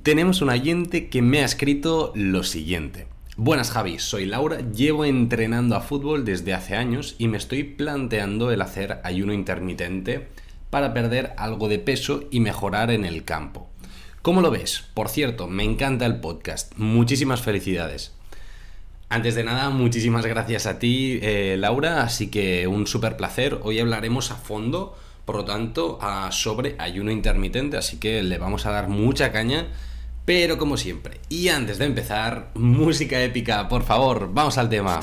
Tenemos un oyente que me ha escrito lo siguiente. Buenas Javi, soy Laura, llevo entrenando a fútbol desde hace años y me estoy planteando el hacer ayuno intermitente para perder algo de peso y mejorar en el campo. ¿Cómo lo ves? Por cierto, me encanta el podcast, muchísimas felicidades. Antes de nada, muchísimas gracias a ti, Laura, así que un súper placer. Hoy hablaremos a fondo, por lo tanto, sobre ayuno intermitente, así que le vamos a dar mucha caña, pero como siempre. Y antes de empezar, música épica, por favor, vamos al tema.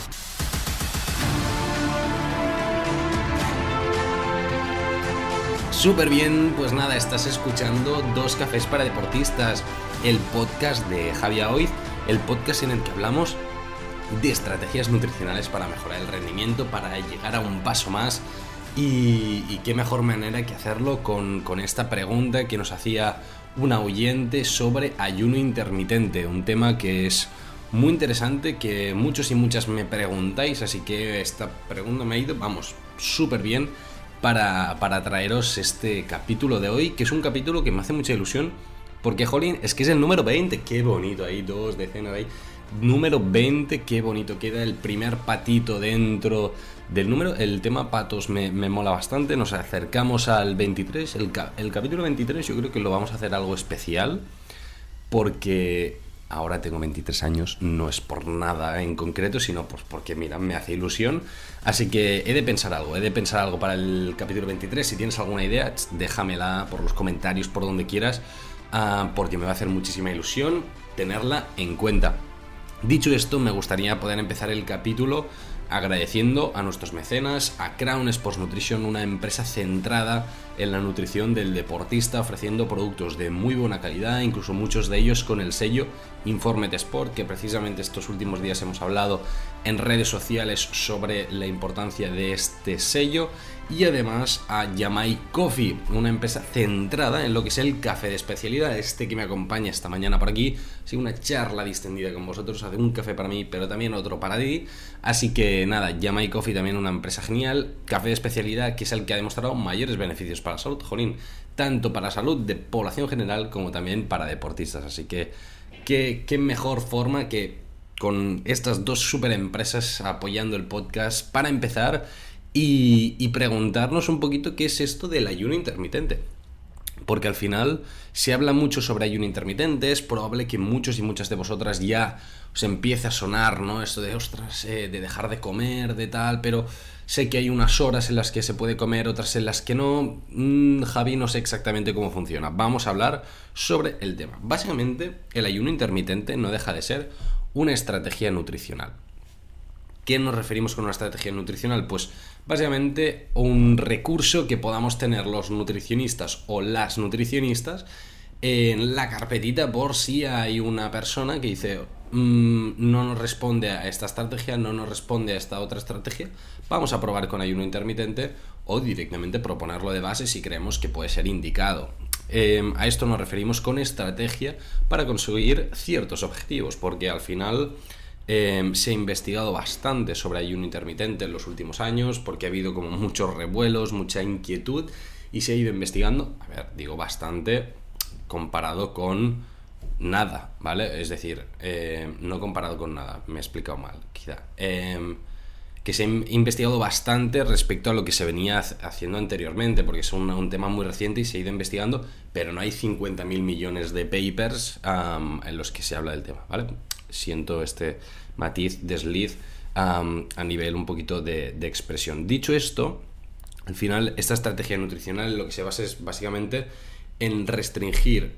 Súper bien, pues nada, estás escuchando Dos Cafés para Deportistas, el podcast de Javi Oiz, el podcast en el que hablamos de estrategias nutricionales para mejorar el rendimiento, para llegar a un paso más y qué mejor manera que hacerlo con esta pregunta que nos hacía una oyente sobre ayuno intermitente, un tema que es muy interesante, que muchos y muchas me preguntáis, así que esta pregunta me ha ido, vamos, súper bien para traeros este capítulo de hoy, que es un capítulo que me hace mucha ilusión, porque, jolín, es que es el número 20, qué bonito ahí, dos decenas ahí. Número 20, qué bonito queda el primer patito dentro del número. El tema patos me mola bastante. Nos acercamos al 23. El capítulo 23 yo creo que lo vamos a hacer algo especial, porque ahora tengo 23 años. No es por nada en concreto, sino pues porque, mira, me hace ilusión. Así que he de pensar algo para el capítulo 23. Si tienes alguna idea, déjamela por los comentarios, por donde quieras, porque me va a hacer muchísima ilusión tenerla en cuenta. Dicho esto, me gustaría poder empezar el capítulo agradeciendo a nuestros mecenas, a Crown Sports Nutrition, una empresa centrada en la nutrición del deportista, ofreciendo productos de muy buena calidad, incluso muchos de ellos con el sello Informed Sport, que precisamente estos últimos días hemos hablado en redes sociales sobre la importancia de este sello. Y además a Yamai Coffee, una empresa centrada en lo que es el café de especialidad, este que me acompaña esta mañana por aquí. Sí, una charla distendida con vosotros, hace un café para mí, pero también otro para ti. Así que nada, Yamai Coffee también una empresa genial, café de especialidad, que es el que ha demostrado mayores beneficios para la salud, jolín, tanto para la salud de población general como también para deportistas. Así que qué mejor forma que con estas dos super empresas apoyando el podcast para empezar y preguntarnos un poquito qué es esto del ayuno intermitente. Porque al final se habla mucho sobre ayuno intermitente, es probable que muchos y muchas de vosotras ya os empiece a sonar, ¿no? Esto de, ostras, de dejar de comer, de tal, pero sé que hay unas horas en las que se puede comer, otras en las que no. Javi, no sé exactamente cómo funciona. Vamos a hablar sobre el tema. Básicamente, el ayuno intermitente no deja de ser una estrategia nutricional. ¿Qué nos referimos con una estrategia nutricional? Pues básicamente un recurso que podamos tener los nutricionistas o las nutricionistas en la carpetita por si hay una persona que dice no nos responde a esta estrategia, no nos responde a esta otra estrategia, vamos a probar con ayuno intermitente o directamente proponerlo de base si creemos que puede ser indicado. A esto nos referimos con estrategia para conseguir ciertos objetivos, porque al final se ha investigado bastante sobre ayuno intermitente en los últimos años, porque ha habido como muchos revuelos, mucha inquietud, y se ha ido investigando, a ver, digo bastante comparado con nada, ¿vale? Es decir, no comparado con nada, me he explicado mal, quizá. Que se ha investigado bastante respecto a lo que se venía haciendo anteriormente, porque es un tema muy reciente y se ha ido investigando, pero no hay 50.000 millones de papers en los que se habla del tema, ¿vale? Siento este matiz, desliz a nivel un poquito de expresión. Dicho esto, al final esta estrategia nutricional lo que se basa es básicamente en restringir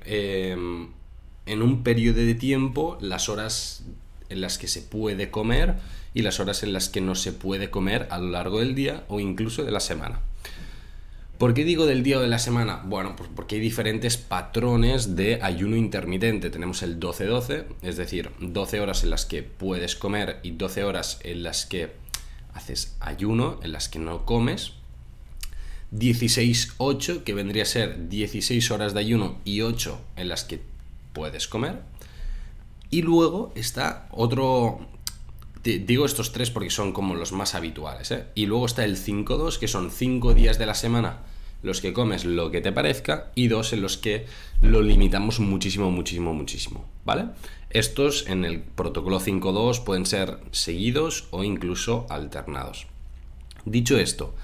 en un periodo de tiempo las horas en las que se puede comer y las horas en las que no se puede comer a lo largo del día o incluso de la semana. ¿Por qué digo del día o de la semana? Bueno, pues porque hay diferentes patrones de ayuno intermitente. Tenemos el 12-12, es decir, 12 horas en las que puedes comer y 12 horas en las que haces ayuno, en las que no comes. 16-8, que vendría a ser 16 horas de ayuno y 8 en las que puedes comer. Y luego está otro... Digo estos tres porque son como los más habituales, ¿eh? Y luego está el 5-2, que son 5 días de la semana los que comes lo que te parezca, y 2 en los que lo limitamos muchísimo, ¿vale? Estos en el protocolo 5.2 pueden ser seguidos o incluso alternados. Dicho esto,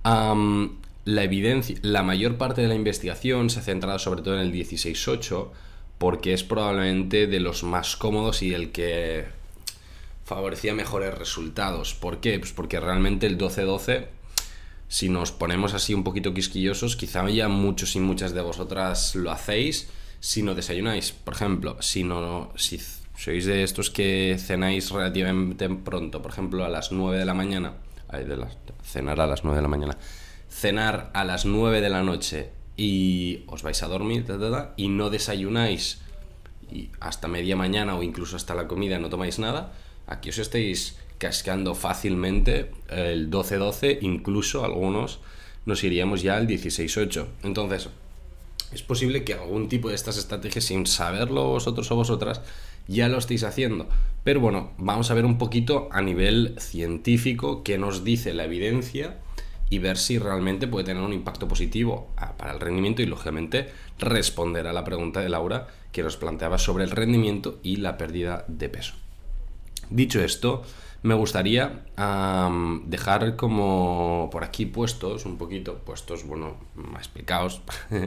la evidencia, la mayor parte de la investigación se ha centrado sobre todo en el 16.8 porque es probablemente de los más cómodos y el que favorecía mejores resultados. ¿Por qué? Pues porque realmente el 12.12, si nos ponemos así un poquito quisquillosos, quizá ya muchos y muchas de vosotras lo hacéis si no desayunáis. Por ejemplo, si sois de estos que cenáis relativamente pronto, por ejemplo a las 9 de la mañana, cenar a las 9 de la mañana, cenar a las 9 de la noche y os vais a dormir y no desayunáis y hasta media mañana o incluso hasta la comida no tomáis nada, aquí os estáis cascando fácilmente el 12-12, incluso algunos nos iríamos ya al 16-8. Entonces es posible que algún tipo de estas estrategias, sin saberlo vosotros o vosotras, ya lo estéis haciendo. Pero bueno, vamos a ver un poquito a nivel científico qué nos dice la evidencia y ver si realmente puede tener un impacto positivo para el rendimiento y, lógicamente, responder a la pregunta de Laura que nos planteaba sobre el rendimiento y la pérdida de peso. Dicho esto, me gustaría dejar como por aquí puestos, bueno, explicaos,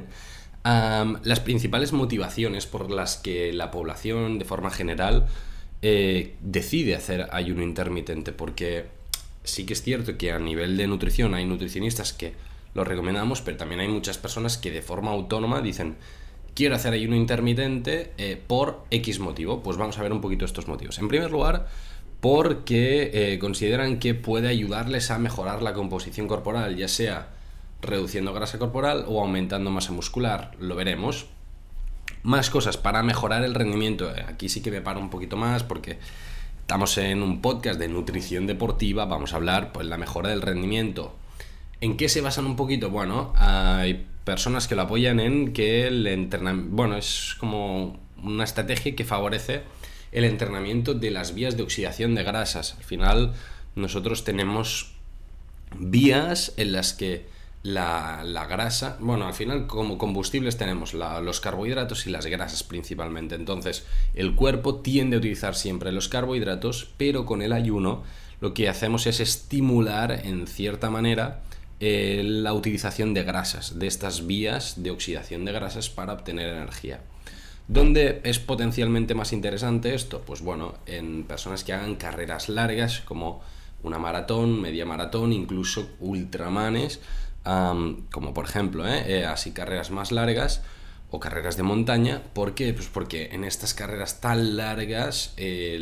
las principales motivaciones por las que la población, de forma general, decide hacer ayuno intermitente, porque sí que es cierto que a nivel de nutrición hay nutricionistas que lo recomendamos, pero también hay muchas personas que de forma autónoma dicen: quiero hacer ayuno intermitente por X motivo. Pues vamos a ver un poquito estos motivos. En primer lugar, porque consideran que puede ayudarles a mejorar la composición corporal, ya sea reduciendo grasa corporal o aumentando masa muscular. Lo veremos. Más cosas para mejorar el rendimiento. Aquí sí que me paro un poquito más porque estamos en un podcast de nutrición deportiva. Vamos a hablar pues la mejora del rendimiento. ¿En qué se basan un poquito? Bueno, hay personas que lo apoyan en que el entrenamiento, bueno, es como una estrategia que favorece el entrenamiento de las vías de oxidación de grasas. Al final nosotros tenemos vías en las que la grasa, bueno, al final como combustibles tenemos los carbohidratos y las grasas principalmente. Entonces el cuerpo tiende a utilizar siempre los carbohidratos, pero con el ayuno lo que hacemos es estimular en cierta manera la utilización de grasas, de estas vías de oxidación de grasas para obtener energía. ¿Dónde es potencialmente más interesante esto? Pues bueno, en personas que hagan carreras largas como una maratón, media maratón, incluso ultramanes, como por ejemplo, así carreras más largas o carreras de montaña. ¿Por qué? Pues porque en estas carreras tan largas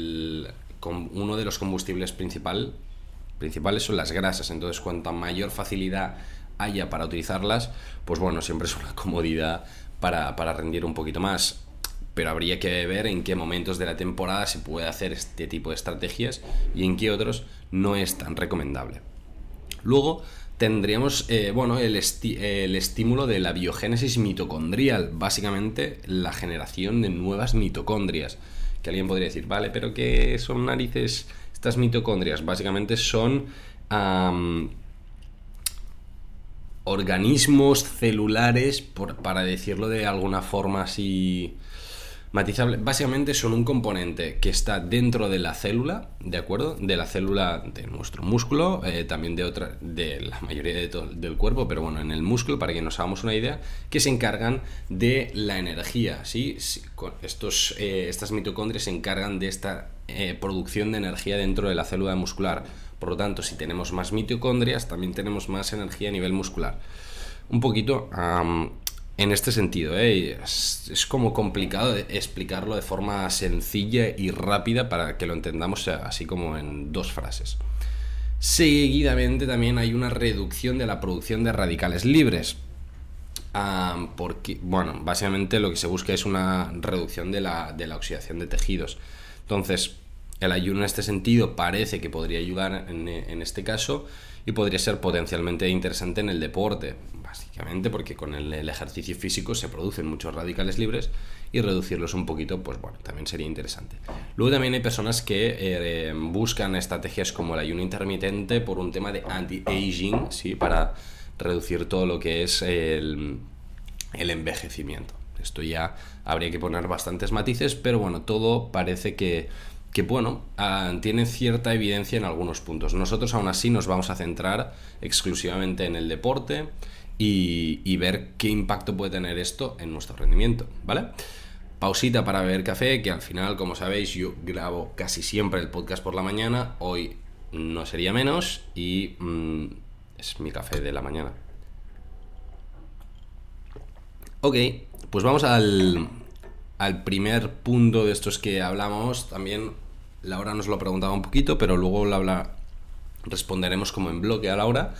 uno de los combustibles principales son las grasas. Entonces, cuanta mayor facilidad haya para utilizarlas, pues bueno, siempre es una comodidad para rendir un poquito más. Pero habría que ver en qué momentos de la temporada se puede hacer este tipo de estrategias y en qué otros no es tan recomendable. Luego tendríamos el estímulo de la biogénesis mitocondrial, básicamente la generación de nuevas mitocondrias. Que alguien podría decir, vale, pero ¿qué son narices estas mitocondrias? Básicamente son organismos celulares, para decirlo de alguna forma así matizable. Básicamente son un componente que está dentro de la célula, ¿de acuerdo? De la célula de nuestro músculo, también de la mayoría del cuerpo, pero bueno, en el músculo, para que nos hagamos una idea, que se encargan de la energía, ¿sí? Estas mitocondrias se encargan de esta producción de energía dentro de la célula muscular. Por lo tanto, si tenemos más mitocondrias, también tenemos más energía a nivel muscular. Un poquito en este sentido, es como complicado explicarlo de forma sencilla y rápida para que lo entendamos así como en dos frases. Seguidamente también hay una reducción de la producción de radicales libres, porque, bueno, básicamente lo que se busca es una reducción de la oxidación de tejidos. Entonces, el ayuno en este sentido parece que podría ayudar en este caso y podría ser potencialmente interesante en el deporte, básicamente porque con el ejercicio físico se producen muchos radicales libres y reducirlos un poquito, pues bueno, también sería interesante. Luego también hay personas que buscan estrategias como el ayuno intermitente por un tema de anti-aging, ¿sí? Para reducir todo lo que es el envejecimiento. Esto ya habría que poner bastantes matices, pero bueno, todo parece que tiene cierta evidencia en algunos puntos. Nosotros aún así nos vamos a centrar exclusivamente en el deporte y ver qué impacto puede tener esto en nuestro rendimiento, ¿vale? Pausita para beber café, que al final, como sabéis, yo grabo casi siempre el podcast por la mañana. Hoy no sería menos y es mi café de la mañana. Ok, pues vamos al primer punto de estos que hablamos. También Laura nos lo preguntaba un poquito, pero luego responderemos como en bloque a Laura.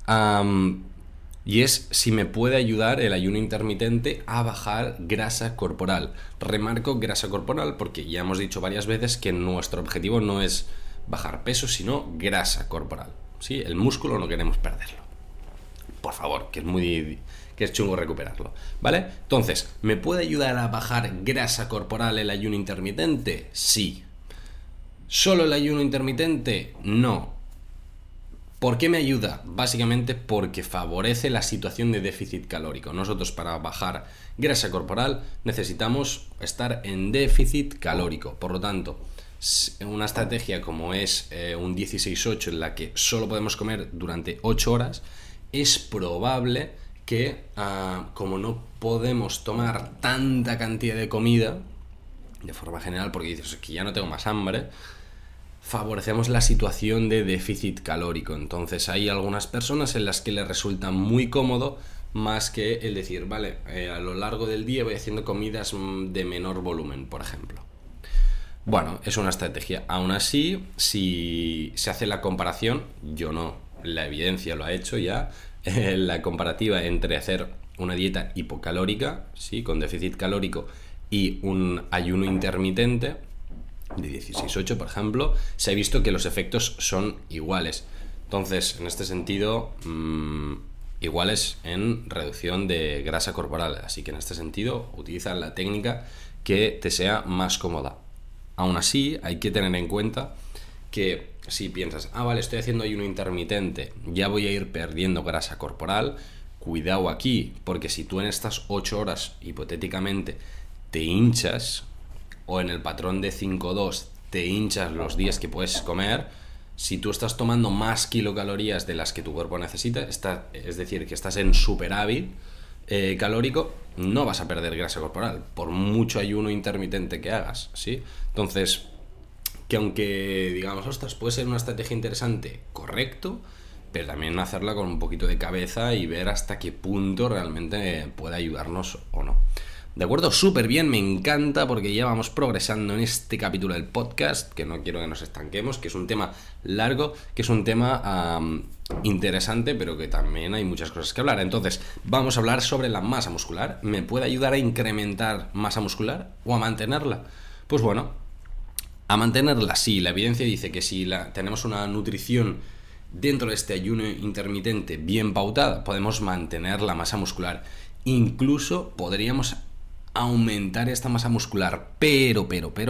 Y es si me puede ayudar el ayuno intermitente a bajar grasa corporal. Remarco grasa corporal porque ya hemos dicho varias veces que nuestro objetivo no es bajar peso, sino grasa corporal, ¿sí? El músculo no queremos perderlo. Por favor, que es chungo recuperarlo, ¿vale? Entonces, ¿me puede ayudar a bajar grasa corporal el ayuno intermitente? Sí. ¿Solo el ayuno intermitente? No. ¿Por qué me ayuda? Básicamente porque favorece la situación de déficit calórico. Nosotros para bajar grasa corporal necesitamos estar en déficit calórico. Por lo tanto, una estrategia como es un 16-8 en la que solo podemos comer durante 8 horas, es probable que como no podemos tomar tanta cantidad de comida, de forma general, porque dices que ya no tengo más hambre, favorecemos la situación de déficit calórico. Entonces hay algunas personas en las que les resulta muy cómodo más que el decir, vale, a lo largo del día voy haciendo comidas de menor volumen, por ejemplo. Bueno, es una estrategia. Aún así, si se hace la comparación, yo no, la evidencia lo ha hecho ya, la comparativa entre hacer una dieta hipocalórica, ¿sí?, con déficit calórico, y un ayuno intermitente de 16-8, por ejemplo, se ha visto que los efectos son iguales. Entonces, en este sentido, iguales en reducción de grasa corporal. Así que en este sentido, utiliza la técnica que te sea más cómoda. Aún así, hay que tener en cuenta que si piensas, vale, estoy haciendo ayuno intermitente, ya voy a ir perdiendo grasa corporal, cuidado aquí, porque si tú en estas 8 horas, hipotéticamente, te hinchas, o en el patrón de 5-2 te hinchas los días que puedes comer, si tú estás tomando más kilocalorías de las que tu cuerpo necesita, es decir, que estás en superávit calórico, no vas a perder grasa corporal, por mucho ayuno intermitente que hagas, ¿sí? Entonces, que aunque digamos, ostras, puede ser una estrategia interesante, correcto, pero también hacerla con un poquito de cabeza y ver hasta qué punto realmente puede ayudarnos o no. ¿De acuerdo? Súper bien, me encanta porque ya vamos progresando en este capítulo del podcast, que no quiero que nos estanquemos, que es un tema largo, que es un tema interesante, pero que también hay muchas cosas que hablar. Entonces, vamos a hablar sobre la masa muscular. ¿Me puede ayudar a incrementar masa muscular o a mantenerla? Pues bueno, a mantenerla sí. La evidencia dice que si tenemos una nutrición dentro de este ayuno intermitente bien pautada, podemos mantener la masa muscular. Incluso podríamos aumentar esta masa muscular, pero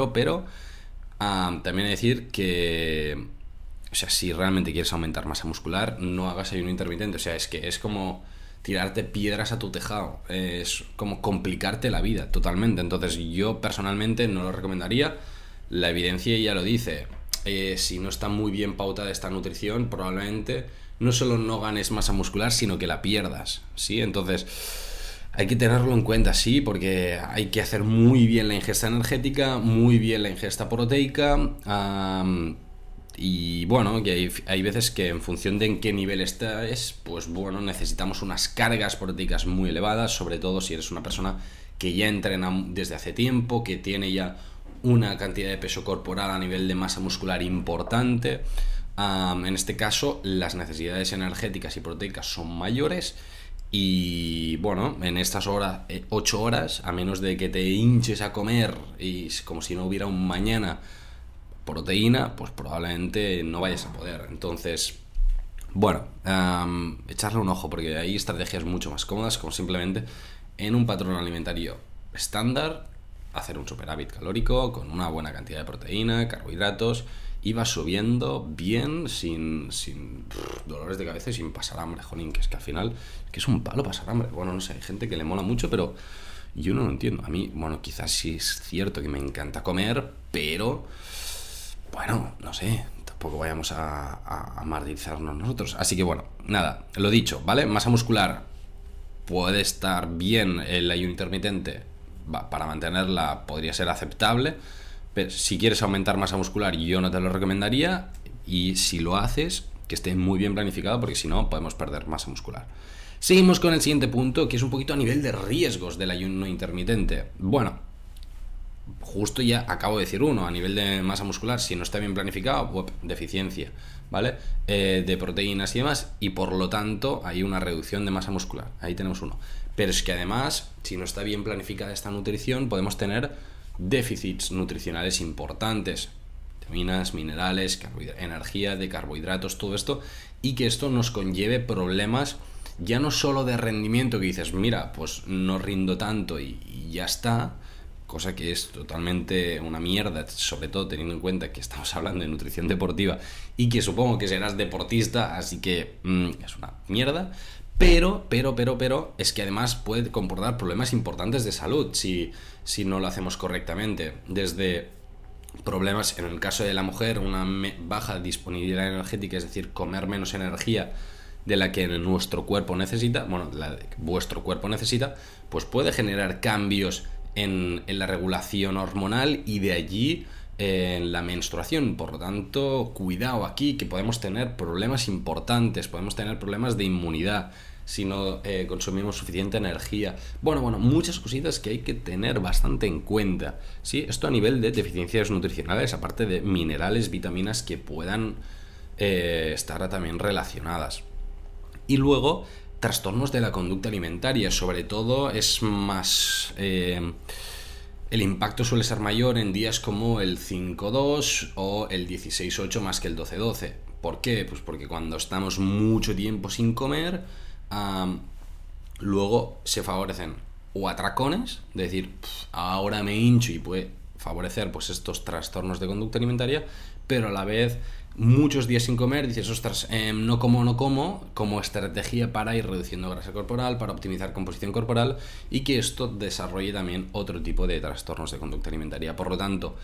también decir que, o sea, si realmente quieres aumentar masa muscular, no hagas ayuno intermitente. O sea, es que es como tirarte piedras a tu tejado, es como complicarte la vida totalmente. Entonces yo personalmente no lo recomendaría. La evidencia ya lo dice. Si no está muy bien pautada esta nutrición, probablemente no solo no ganes masa muscular, sino que la pierdas, ¿sí? Entonces hay que tenerlo en cuenta, sí, porque hay que hacer muy bien la ingesta energética, muy bien la ingesta proteica, y bueno, que hay veces que en función de en qué nivel estés, pues bueno, necesitamos unas cargas proteicas muy elevadas, sobre todo si eres una persona que ya entrena desde hace tiempo, que tiene ya una cantidad de peso corporal a nivel de masa muscular importante. En este caso, las necesidades energéticas y proteicas son mayores. Y bueno, en estas 8 horas, a menos de que te hinches a comer y como si no hubiera un mañana proteína, pues probablemente no vayas a poder. Entonces, bueno, echarle un ojo, porque hay estrategias mucho más cómodas, como simplemente en un patrón alimentario estándar hacer un superávit calórico con una buena cantidad de proteína, carbohidratos iba subiendo bien, sin dolores de cabeza y sin pasar hambre, jolín, que es que al final, que es un palo pasar hambre. Bueno, no sé, hay gente que le mola mucho, pero yo no lo entiendo. A mí, bueno, quizás sí es cierto que me encanta comer, pero, bueno, no sé, tampoco vayamos a martirizarnos nosotros. Así que bueno, nada, lo dicho, ¿vale? Masa muscular, puede estar bien el ayuno intermitente, para mantenerla podría ser aceptable, pero si quieres aumentar masa muscular yo no te lo recomendaría, y si lo haces, que esté muy bien planificado, porque si no podemos perder masa muscular. Seguimos con el siguiente punto, que es un poquito a nivel de riesgos del ayuno intermitente. Bueno, justo ya acabo de decir uno, a nivel de masa muscular, si no está bien planificado, deficiencia, ¿vale? De proteínas y demás, y por lo tanto hay una reducción de masa muscular, ahí tenemos uno. Pero es que además, si no está bien planificada esta nutrición, podemos tener déficits nutricionales importantes, vitaminas, minerales, energía, de carbohidratos, todo esto, y que esto nos conlleve problemas ya no solo de rendimiento, que dices, mira, pues no rindo tanto y ya está, cosa que es totalmente una mierda, sobre todo teniendo en cuenta que estamos hablando de nutrición deportiva y que supongo que serás deportista, así que es una mierda. Pero es que además puede comportar problemas importantes de salud si no lo hacemos correctamente. Desde problemas, en el caso de la mujer, una baja disponibilidad energética, es decir, comer menos energía de la que nuestro cuerpo necesita, bueno, la que vuestro cuerpo necesita, pues puede generar cambios en la regulación hormonal y de allí en la menstruación. Por lo tanto, cuidado aquí, que podemos tener problemas importantes, podemos tener problemas de inmunidad si no consumimos suficiente energía. Bueno, muchas cositas que hay que tener bastante en cuenta, ¿sí? Esto a nivel de deficiencias nutricionales, aparte de minerales, vitaminas que puedan estar también relacionadas. Y luego, trastornos de la conducta alimentaria, sobre todo es más... el impacto suele ser mayor en días como el 5-2 o el 16-8 más que el 12-12. ¿Por qué? Pues porque cuando estamos mucho tiempo sin comer, luego se favorecen o atracones, es decir, ahora me hincho, y puede favorecer pues estos trastornos de conducta alimentaria, pero a la vez muchos días sin comer, dices, ostras, no como estrategia para ir reduciendo grasa corporal, para optimizar composición corporal, y que esto desarrolle también otro tipo de trastornos de conducta alimentaria. Por lo tanto,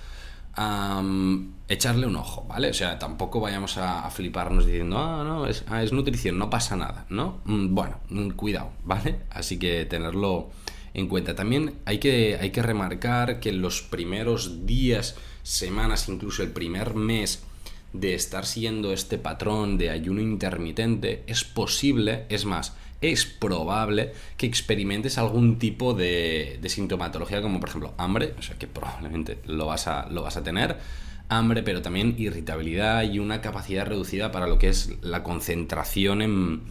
echarle un ojo, ¿vale? O sea, tampoco vayamos a fliparnos diciendo, no, es nutrición, no pasa nada, ¿no? Bueno, cuidado, ¿vale? Así que tenerlo en cuenta. También hay que remarcar que en los primeros días, semanas, incluso el primer mes de estar siguiendo este patrón de ayuno intermitente, es posible, es más, es probable que experimentes algún tipo de sintomatología, como por ejemplo hambre, o sea que probablemente lo vas a tener, hambre, pero también irritabilidad y una capacidad reducida para lo que es la concentración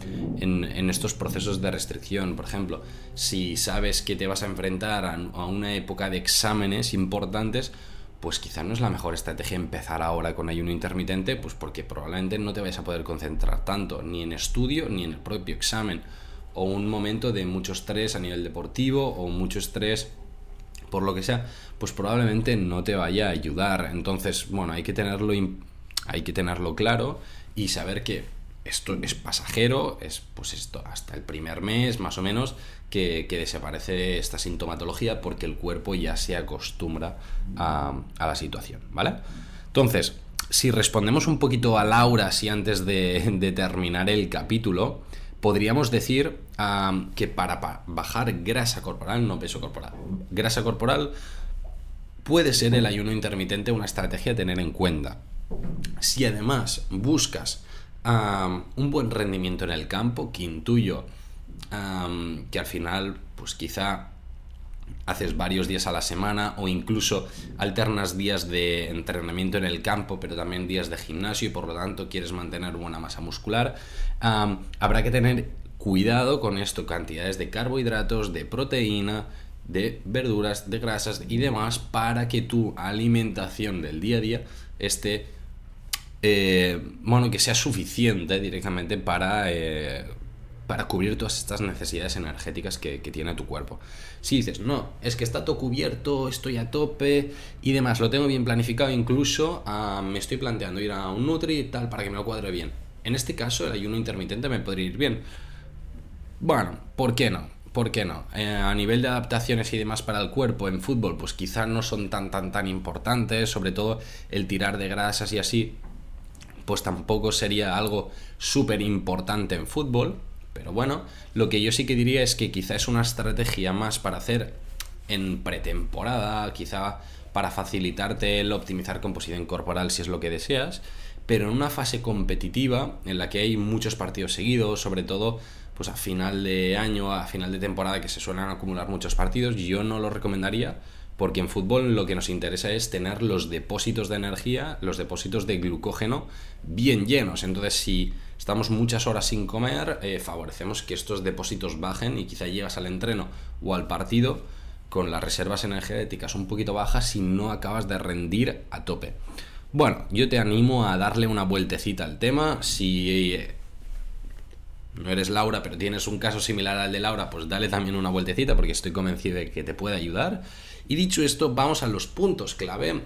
en estos procesos de restricción. Por ejemplo, si sabes que te vas a enfrentar a una época de exámenes importantes, pues quizá no es la mejor estrategia empezar ahora con ayuno intermitente, pues porque probablemente no te vayas a poder concentrar tanto ni en estudio ni en el propio examen, o un momento de mucho estrés a nivel deportivo o mucho estrés por lo que sea, pues probablemente no te vaya a ayudar. Entonces, bueno, hay que tenerlo claro y saber que esto es pasajero, es pues esto hasta el primer mes más o menos que desaparece esta sintomatología, porque el cuerpo ya se acostumbra a la situación, ¿vale? Entonces, si respondemos un poquito a Laura, así antes de terminar el capítulo, podríamos decir que para bajar grasa corporal, no peso corporal, grasa corporal, puede ser el ayuno intermitente una estrategia a tener en cuenta. Si además buscas un buen rendimiento en el campo, que intuyo que al final pues quizá haces varios días a la semana o incluso alternas días de entrenamiento en el campo pero también días de gimnasio, y por lo tanto quieres mantener buena masa muscular, habrá que tener cuidado con esto, cantidades de carbohidratos, de proteína, de verduras, de grasas y demás, para que tu alimentación del día a día esté que sea suficiente directamente para para cubrir todas estas necesidades energéticas que tiene tu cuerpo. Si dices, no, es que está todo cubierto, estoy a tope y demás, lo tengo bien planificado, incluso me estoy planteando ir a un Nutri y tal para que me lo cuadre bien. En este caso, el ayuno intermitente me podría ir bien. Bueno, ¿por qué no? ¿Por qué no? A nivel de adaptaciones y demás para el cuerpo en fútbol, pues quizás no son tan importantes, sobre todo el tirar de grasas y así, pues tampoco sería algo súper importante en fútbol. Pero bueno, lo que yo sí que diría es que quizá es una estrategia más para hacer en pretemporada, quizá para facilitarte el optimizar composición corporal si es lo que deseas, pero en una fase competitiva en la que hay muchos partidos seguidos, sobre todo pues a final de año, a final de temporada, que se suelen acumular muchos partidos, yo no lo recomendaría, porque en fútbol lo que nos interesa es tener los depósitos de energía, los depósitos de glucógeno bien llenos. Entonces, si estamos muchas horas sin comer, favorecemos que estos depósitos bajen y quizá llegas al entreno o al partido con las reservas energéticas un poquito bajas y no acabas de rendir a tope. Bueno, yo te animo a darle una vueltecita al tema. Si no eres Laura, pero tienes un caso similar al de Laura, pues dale también una vueltecita, porque estoy convencido de que te puede ayudar. Y dicho esto, vamos a los puntos clave,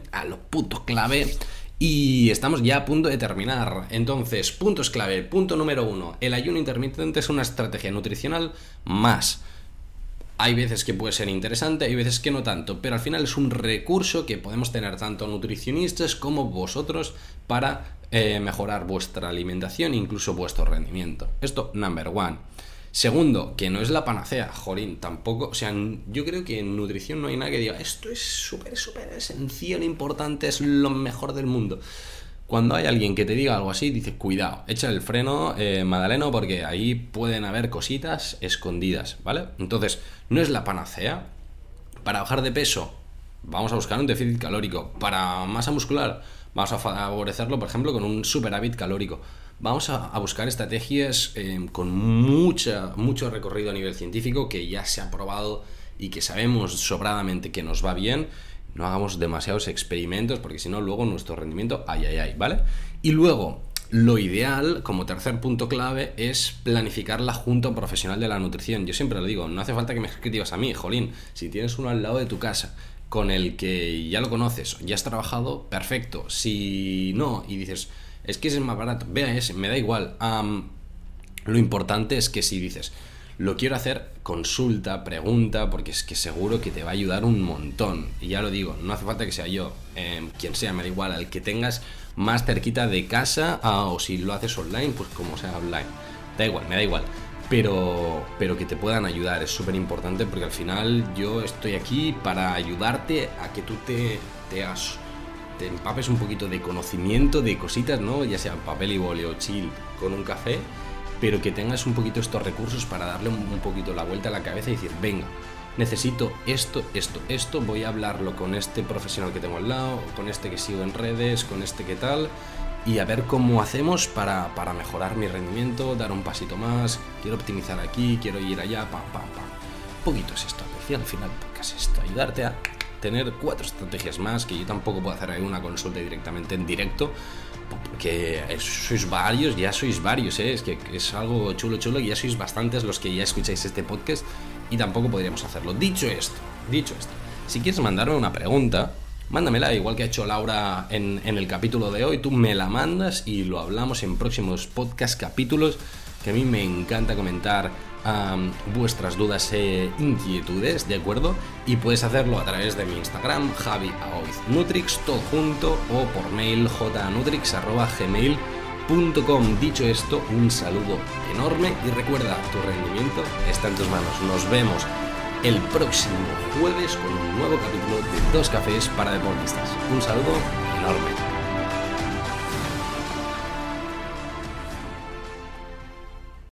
y estamos ya a punto de terminar. Entonces, puntos clave. Punto número 1, el ayuno intermitente es una estrategia nutricional más. Hay veces que puede ser interesante, hay veces que no tanto, pero al final es un recurso que podemos tener tanto nutricionistas como vosotros para mejorar vuestra alimentación e incluso vuestro rendimiento. Esto, number one. Segundo, que no es la panacea, jolín, tampoco, o sea, yo creo que en nutrición no hay nada que diga, esto es súper esencial, importante, es lo mejor del mundo. Cuando hay alguien que te diga algo así, dices, cuidado, echa el freno, Madaleno, porque ahí pueden haber cositas escondidas, ¿vale? Entonces, no es la panacea. Para bajar de peso, vamos a buscar un déficit calórico. Para masa muscular, vamos a favorecerlo, por ejemplo, con un superávit calórico. Vamos a buscar estrategias con mucho recorrido a nivel científico, que ya se ha probado y que sabemos sobradamente que nos va bien. No hagamos demasiados experimentos, porque si no, luego nuestro rendimiento, ¿vale? Y luego, lo ideal, como tercer punto clave, es planificarla junto a un profesional de la nutrición. Yo siempre lo digo, no hace falta que me escribas a mí, jolín. Si tienes uno al lado de tu casa con el que ya lo conoces, ya has trabajado, perfecto. Si no, y dices, es que ese es más barato, vea ese, me da igual. Lo importante es que si dices, lo quiero hacer, consulta, pregunta, porque es que seguro que te va a ayudar un montón. Y ya lo digo, no hace falta que sea yo, quien sea, me da igual, al que tengas más cerquita de casa, o si lo haces online, pues como sea online. Da igual, me da igual. Pero que te puedan ayudar, es súper importante, porque al final yo estoy aquí para ayudarte a que tú te empapes un poquito de conocimiento, de cositas, ¿no? Ya sea papel y boli o chill con un café, pero que tengas un poquito estos recursos para darle un poquito la vuelta a la cabeza y decir, venga, necesito esto, voy a hablarlo con este profesional que tengo al lado, con este que sigo en redes, con este que tal, y a ver cómo hacemos para mejorar mi rendimiento, dar un pasito más, quiero optimizar aquí, quiero ir allá, pam. Un poquito es esto, decía al final, porque es esto, ayudarte a tener 4 estrategias más, que yo tampoco puedo hacer ahí una consulta directamente en directo, porque sois varios, es que es algo chulo, y ya sois bastantes los que ya escucháis este podcast, y tampoco podríamos hacerlo. Dicho esto, si quieres mandarme una pregunta, mándamela, igual que ha hecho Laura en el capítulo de hoy, tú me la mandas y lo hablamos en próximos podcast capítulos, que a mí me encanta comentar vuestras dudas e inquietudes, ¿de acuerdo? Y puedes hacerlo a través de mi Instagram, Javi Aoiz Nutrix, todo junto, o por mail jnutrix@gmail.com. Dicho esto, un saludo enorme y recuerda, tu rendimiento está en tus manos. Nos vemos el próximo jueves con un nuevo capítulo de 2 cafés para deportistas. Un saludo enorme.